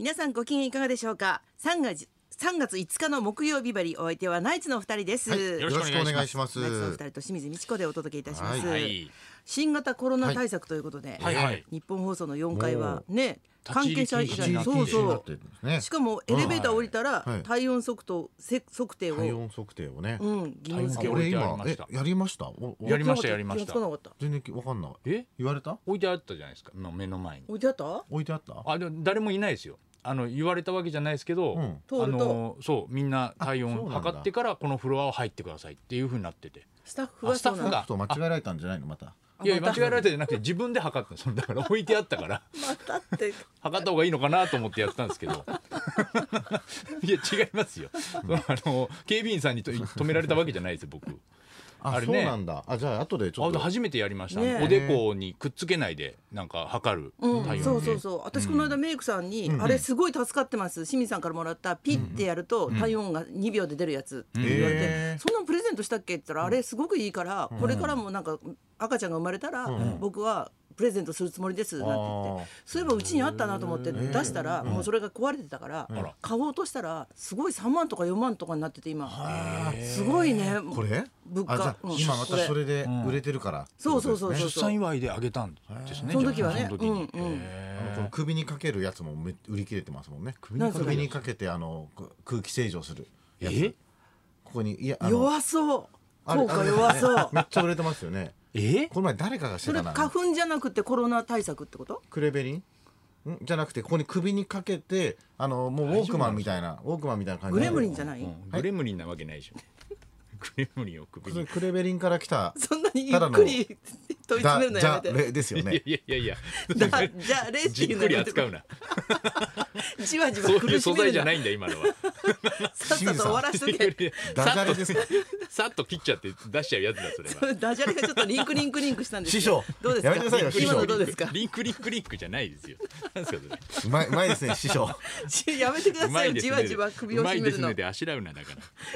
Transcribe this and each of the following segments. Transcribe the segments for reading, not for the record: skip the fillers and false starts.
皆さんご機嫌いかがでしょうか。3月5日の木曜日ばり、お相手はナイツのお二人です、 よろしくお願いします。 ナイツのお二人と清水美智子でお届けいたします、 はい、 新型コロナ対策ということで、日本放送の4階はね、関係者以外にそうそう、しかもエレベーター降りたら体温測定をね、 義務付け。 俺今やりました。全然わかんない。言われた？ 置いてあったじゃないですか、目の前に置いてあった？ あ、でも誰もいないですよ。言われたわけじゃないですけど、そうみんな体温測ってからこのフロアを入ってくださいっていう風になってて、 スタッフがそうなんだ。 間違えられたんじゃないのまた。 いや間違えられたじゃなくて自分で測ったの。だから置いてあったからまたって測った方がいいのかなと思ってやったんですけどいや違いますよ。警備員さんに止められたわけじゃないですよ僕。 あれね、そうなんだ。じゃあ後でちょっと初めてやりました、おでこにくっつけないでなんか測る体温計。 そう私この間メイクさんに、あれすごい助かってます、清水さんからもらったピッてやると体温が2秒で出るやつって言われて、そんなのプレゼントしたっけって言ったら、あれすごくいいからこれからもなんか赤ちゃんが生まれたら僕はプレゼントするつもりですなんて言って、そういえばうちにあったなと思って出したら、もうそれが壊れてたから買おうとしたらすごい3万とか4万とかになってて、今すごいねこれ物価。 今またそれで売れてるから。 そう出産祝いであげたんですね。 その時はね。 この首にかけるやつも売り切れてますもんね。首にかけて空気清浄するやつ。ここに弱そう。そうか、弱そう。 めっちゃ売れてますよね。この前誰かがしてたな。 それ花粉じゃなくてコロナ対策ってこと？ クレベリンじゃなくて、ここに首にかけてもうウォークマンみたいな感じ。 グレムリンじゃない？ グレムリンなわけないでしょ。クレムリンを首に。 クレベリンから来た。 そんなにゆっくり問い詰めるのやめて。 じゃレですよね。 いやじゃレじっくり扱うな。 じわじわそういう素材じゃないんだ今のは。 さっさと終わらしとけ。 ダジャレですか？ さっと切っちゃって出しちゃうやつだそれは。 ダジャレがちょっとリンクしたんです師匠どうですか？ やめてくださいよ師匠。 今のどうですか？ リンクじゃないですよ。 うまいですね師匠。 やめてくださいよ、じわじわ首を絞めるの。うまいですねであしらうなだから。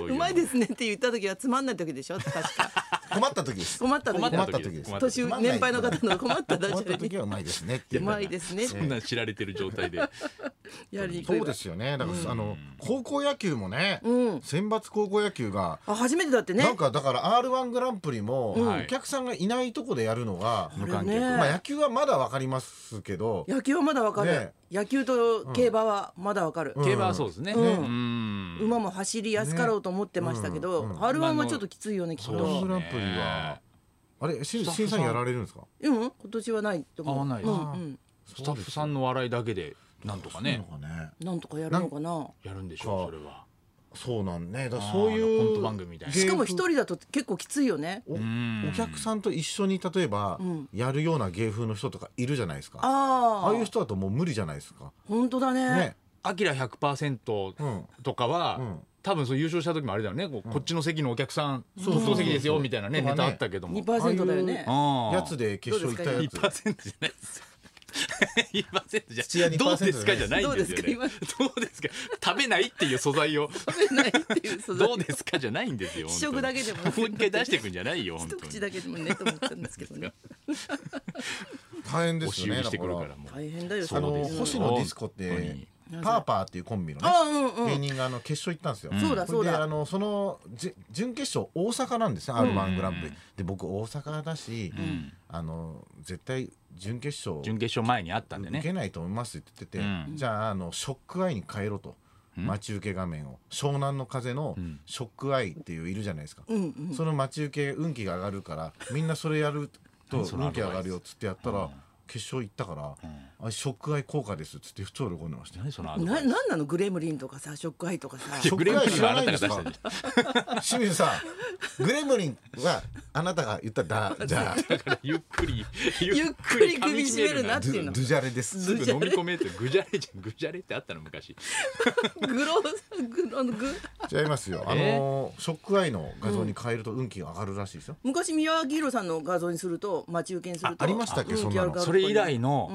うまいですねって言った時はつまんない時でしょ確か。 困った時です。 困った時です。 年配の方の困ったダジャレ。 困った時はうまいですねって。 うまいですね。 そんな知られてる状態で。 そうですよね。だから高校野球もね、選抜高校野球が初めてだってね。 なんかだから R1 グランプリもお客さんがいないとこでやるのが無観客。野球はまだわかりますけど。 野球はまだわかる。野球と競馬はまだわかる。 競馬はそうですね。 馬も走りやすかろうと思ってましたけど、R1 はちょっときついよねきっと。 R1 グランプリはあれ審査員やられるんですか？ 今年はないと思う。 ないです。スタッフさんの笑いだけでなんとかね。 なんとかやるのかな。 やるんでしょうそれは。 そうなんね。だそういうコント番組みたいな。 しかも一人だと結構きついよね。 お客さんと一緒に例えばやるような芸風の人とかいるじゃないですか。ああいう人だともう無理じゃないですか。 本当だね。 アキラ 100% とかは多分そう優勝した時もあれだよね。こっちの席のお客さん特等席ですよみたいなねネタあったけども 2% だよね。 やつで決勝行ったやつ 2% じゃないですよ。2% じゃどうですかじゃないんですよね。どうですか食べないっていう素材をどうですかじゃないんですよ。 試食だけでももう一回出していくんじゃないよ。 一口だけでもねと思ったんですけどね。 大変ですよね。 大変だよ。 星野ディスコってパーパーっていうコンビのね芸人が決勝行ったんですよ。 そうだそうだ。 その準決勝大阪なんですね R1 グランプリで。僕大阪だし絶対準決勝前にあったんでね受けないと思いますって言ってて、じゃあショックアイに変えろと。待ち受け画面を湘南の風のショックアイっていういるじゃないですか。その待ち受け運気が上がるからみんなそれやると運気上がるよっつってやったら決勝行ったからあれショックアイ効果ですっつって普通喜んでました。 何なのグレムリンとかさショックアイとかさ。 ショックアイ知らないんですか？清水さんグレムリンはあなたが言っただじゃあだからゆっくり首絞めるなっていうの。 ドゥジャレです。 すぐ飲み込めってグジャレじゃん。グジャレってあったの昔。 違いますよ。ショックアイの画像に変えると運気が上がるらしいですよ。 昔宮城宏さんの画像にすると待ち受けにするとありましたっけそんなの。 それ以来のやつ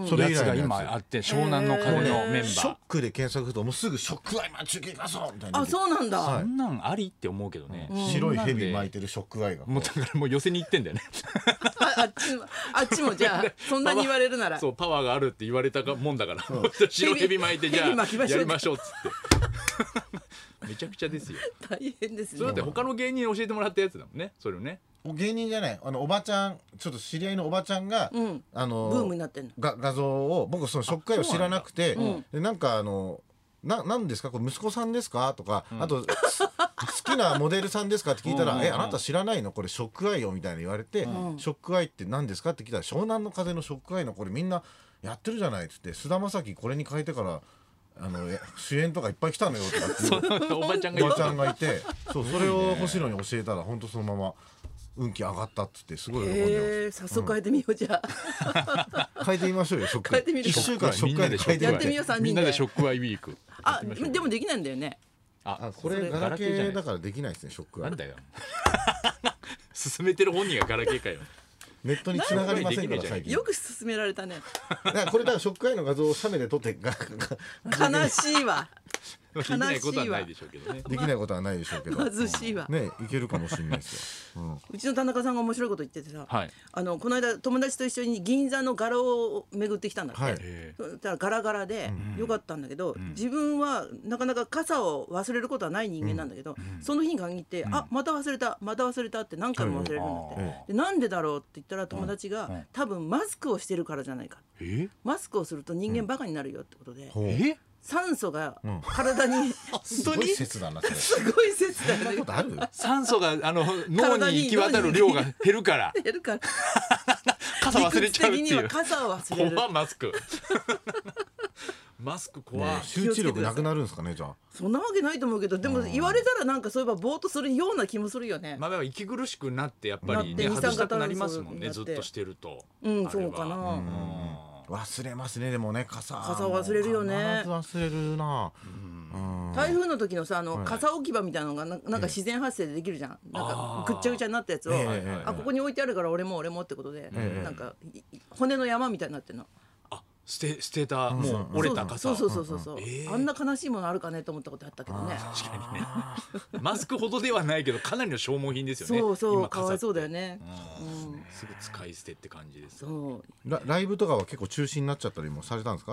が今あって湘南の風のメンバーショックで検索するともうすぐショックアイ待ち受け画像みたいな。 あ、そうなんだ。 そんなんありって思うけどね、 白い蛇巻いてるショックアイがもうだからもう寄せに行ってんだよねあっちもじゃあそんなに言われるならそうパワーがあるって言われたもんだから白蛇巻いてじゃあやりましょうっつってめちゃくちゃですよ。 大変ですね。 それだって他の芸人に教えてもらったやつだもんね、それをね。 芸人じゃない、おばちゃん、ちょっと知り合いのおばちゃんが、 ブームになってんの。 画像を僕そのショックアイを知らなくて、でなんかなんですかこれ息子さんですかとか、あと好きなモデルさんですかって聞いたらあなた知らないのこれショックアイよみたいな言われて、ショックアイって何ですかって聞いたら湘南の風のショックアイのこれみんなやってるじゃないっつって、菅田将暉これに変えてから主演とかいっぱい来たのよとかっておばちゃんがいて、そうそれを星野に教えたら本当そのまま運気上がったっつってすごい喜んでます。 早速変えてみようじゃあ。 変えてみましょうよショックアイ。 変えてみる。 1週間ショックアイで変えてやってみよう3人で。 みんなでショックアイウィーク。 あ、でもできないんだよね。 あ、これガラケーだからできないですねショックアイ。 なんだよ進めてる本人がガラケーかよ。 ネットに繋がりませんから最近。 よく勧められたね。 これだからショックアイの画像を写メで撮って悲しいわ。 できないことはないでしょうけどね。 できないことはないでしょうけど。 貧しいわ。 ね、いけるかもしれないですよ。 うちの田中さんが面白いこと言っててさ、この間友達と一緒に銀座の柄を巡ってきたんだって。そしたらガラガラでよかったんだけど、自分はなかなか傘を忘れることはない人間なんだけど、その日に限ってまた忘れたまた忘れたって何回も忘れるんだって。でなんでだろうって言ったら友達が多分マスクをしてるからじゃないか。マスクをすると人間バカになるよってことで。酸素が体にすごい説だな。 すごい説だね。 酸素が脳に行き渡る量が減るから傘忘れちゃうっていう。 傘を忘れる。 怖マスクマスク怖い。 集中力なくなるんですかねじゃあ。 そんなわけないと思うけど、でも言われたらなんかそういえばぼーっとするような気もするよね。 まあ息苦しくなってやっぱりね外したくなりますもんね、ずっとしてると。 そうかな。 忘れますねでもね傘忘れるよね。 忘れるな。 台風の時のさ傘置き場みたいなのがなんか自然発生でできるじゃん。なんかぐっちゃぐちゃになったやつをここに置いてあるから俺もってことでなんか骨の山みたいになってるの。 捨てたもう折れた傘。 そうあんな悲しいものあるかねと思ったことあったけどね。 確かにねマスクほどではないけどかなりの消耗品ですよね。 そうかわいそうだよね。 すぐ使い捨てって感じです。 ライブとかは結構中止になっちゃったりもされたんですか。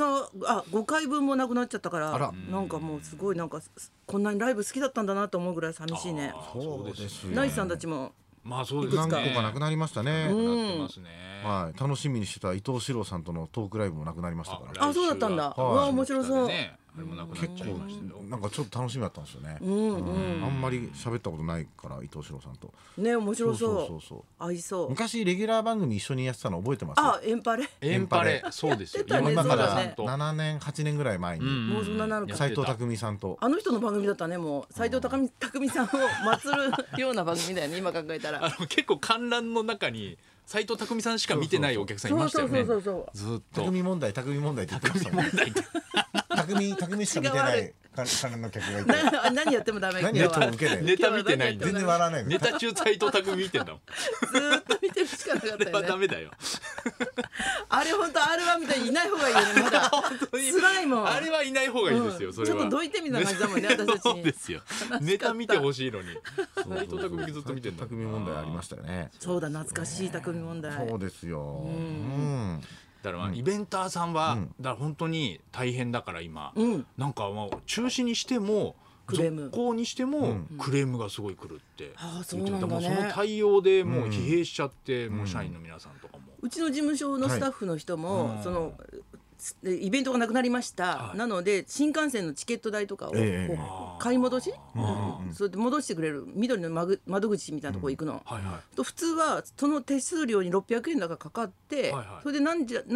5回分もなくなっちゃったからなんかもうすごいなんかこんなにライブ好きだったんだなと思うぐらい寂しいね。 そうですよ。 ナイツさんたちもまあそうですね。 何個かなくなりましたね。 はい、楽しみにしてた伊藤四郎さんとのトークライブもなくなりましたから。 あ、そうだったんだ。うわ面白そう。 結構なんかちょっと楽しみだったんですよね。あんまり喋ったことないから伊藤四郎さんと。 ね面白そう。合いそう。 昔レギュラー番組一緒にやってたの覚えてます？ エンパレ。 そうですよ。 今から7年8年ぐらい前に。 もうそんななるか。 斉藤匠さんと。 あの人の番組だったねもう斉藤匠さんを祀るような番組だよね今考えたら。 結構観覧の中に。斉藤匠さんしか見てないお客さんいましたよね。ずっと。 匠問題って言ってましたね。匠しか見てない観覧の客がいて。 何やってもダメ。 何やっても受けない。 ネタ見てないんで。 全然笑わない。 ネタ中斉藤匠見てんだもん。 ずっと見てるしかなかったよね。 ダメだよ。 あれ本当R1みたいにいない方がいいよねまだ。辛いもん。 あれはいない方がいいですよ。それは。 ちょっとどいてみたいな感じだもんね私たちに。 そうですよ。ネタ見てほしいのに。斉藤匠ずっと見てんだ。 匠問題ありましたよね。 そうだ懐かしい匠問題。 そうですよ。 だからイベンターさんはだから本当に大変だから今なんかもう中止にしても続行にしてもクレームがすごい来るって言ってた。もうその対応でもう疲弊しちゃってもう社員の皆さんとかも。 うちの事務所のスタッフの人もそのイベントがなくなりました、なので新幹線のチケット代とかを買い戻し、それで戻してくれる緑の窓口みたいなところ行くの、と普通はその手数料に600円だかかかって、それで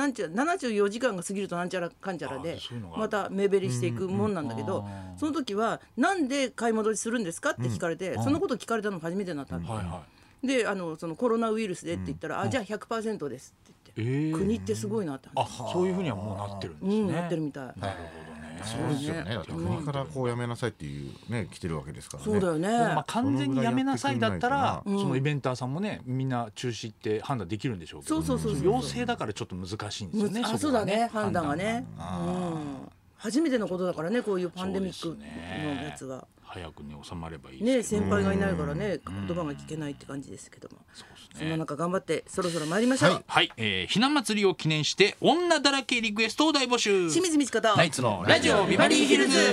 74時間が過ぎるとなんちゃらかんちゃらでまた目減りしていくもんなんだけど、その時はなんで買い戻しするんですかって聞かれて、そのこと聞かれたの初めてになったんで、そのコロナウイルスでって言ったら、じゃあ 100% ですって言って、国ってすごいなって。 そういうふうにはもうなってるんですね。 なってるみたい。 なるほどね。 そうですよね。国からこうやめなさいっていうね来てるわけですからね。 そうだよね。 まあ完全にやめなさいだったら、そのイベンターさんもねみんな中止って判断できるんでしょうけど、要請だからちょっと難しいんですよね。 あ、そうだね、判断がね。初めてのことだからね、こういうパンデミックのやつが。 早くね収まればいいですね。先輩がいないからね、言葉が聞けないって感じですけども。そんな中頑張ってそろそろ参りましょう。 はい、ひな祭りを記念して女だらけリクエストを大募集。 清水美智子とナイツのラジオビバリーヒルズ。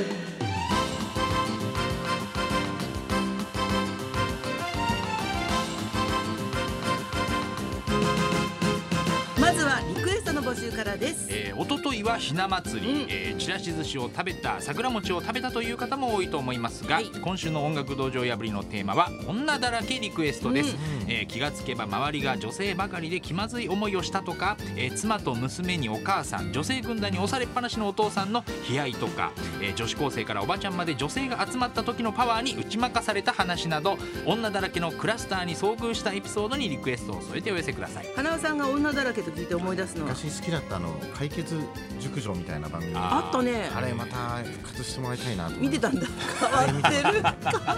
まずはリクエストの募集からです。 おとといはひな祭り、ちらし寿司を食べた、桜餅を食べたという方も多いと思いますが、今週の音楽道場破りのテーマは女だらけリクエストです。気がつけば周りが女性ばかりで気まずい思いをしたとか、妻と娘にお母さん、女性軍団に押されっぱなしのお父さんの悲哀とか、女子高生からおばちゃんまで女性が集まった時のパワーに打ち負かされた話など、女だらけのクラスターに遭遇したエピソードにリクエストを添えてお寄せください。 花輪さんが女だらけと聞いて思い出すのは、 昔好きだった解決熟女みたいな番組あったね。 あれまた復活してもらいたいなと見てたんだ。変わってる。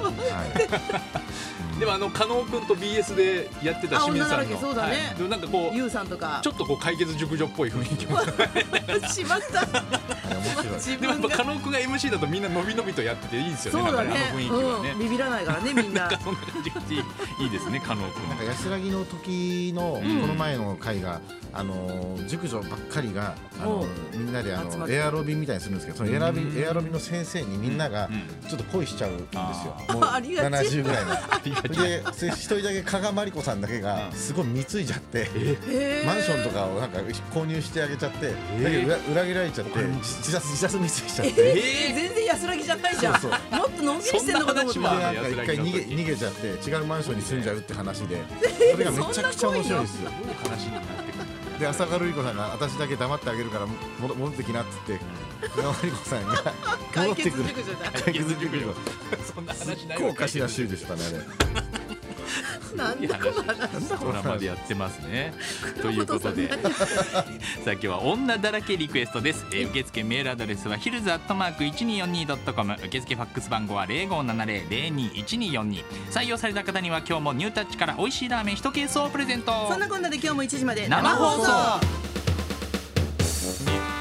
でも加納君と BS でやってた清水さんの、 そうだね。 なんかこうゆうさんとかちょっとこう解決熟女っぽい雰囲気もしまった。 でもやっぱ加納君が MC だとみんなのびのびとやってていいですよね。 そうだね。 雰囲気はね。 ビビらないからねみんな。 そんな感じがしていいですね加納君。 なんか安らぎの時のこの前の回が熟女ばっかりがみんなでエアロビみたいにするんですけど、そのエアロビの先生にみんながちょっっと恋しちゃうんですよ。もう70ぐらいの。で一人だけ加賀まりこさんだけがすごい貢いじゃって、マンションとかをなんか購入してあげちゃって、だけど裏切られちゃって自殺未遂しちゃって。 全然安らぎじゃないじゃん。もっとのんびりしてんのかと思った。 なんか一回逃げちゃって違うマンションに住んじゃうって話で、それがめちゃくちゃ面白いですよ。 話になってくる。 で浅香瑠璃子さんが私だけ黙ってあげるから戻ってきなっつって加賀まりこさんが戻ってくる。解決熟女。 そんな話ない。 結構おかしな週でしたねあれ。 なんだこの話。 ドラマでやってますね。ということでさあ今日は女だらけリクエストです。受付メールアドレスはhills@1242.com、 受付ファックス番号は 0570-021242。 採用された方には今日もニュータッチから美味しいラーメン1ケースをプレゼント。 そんなこんなで今日も1時まで生放送。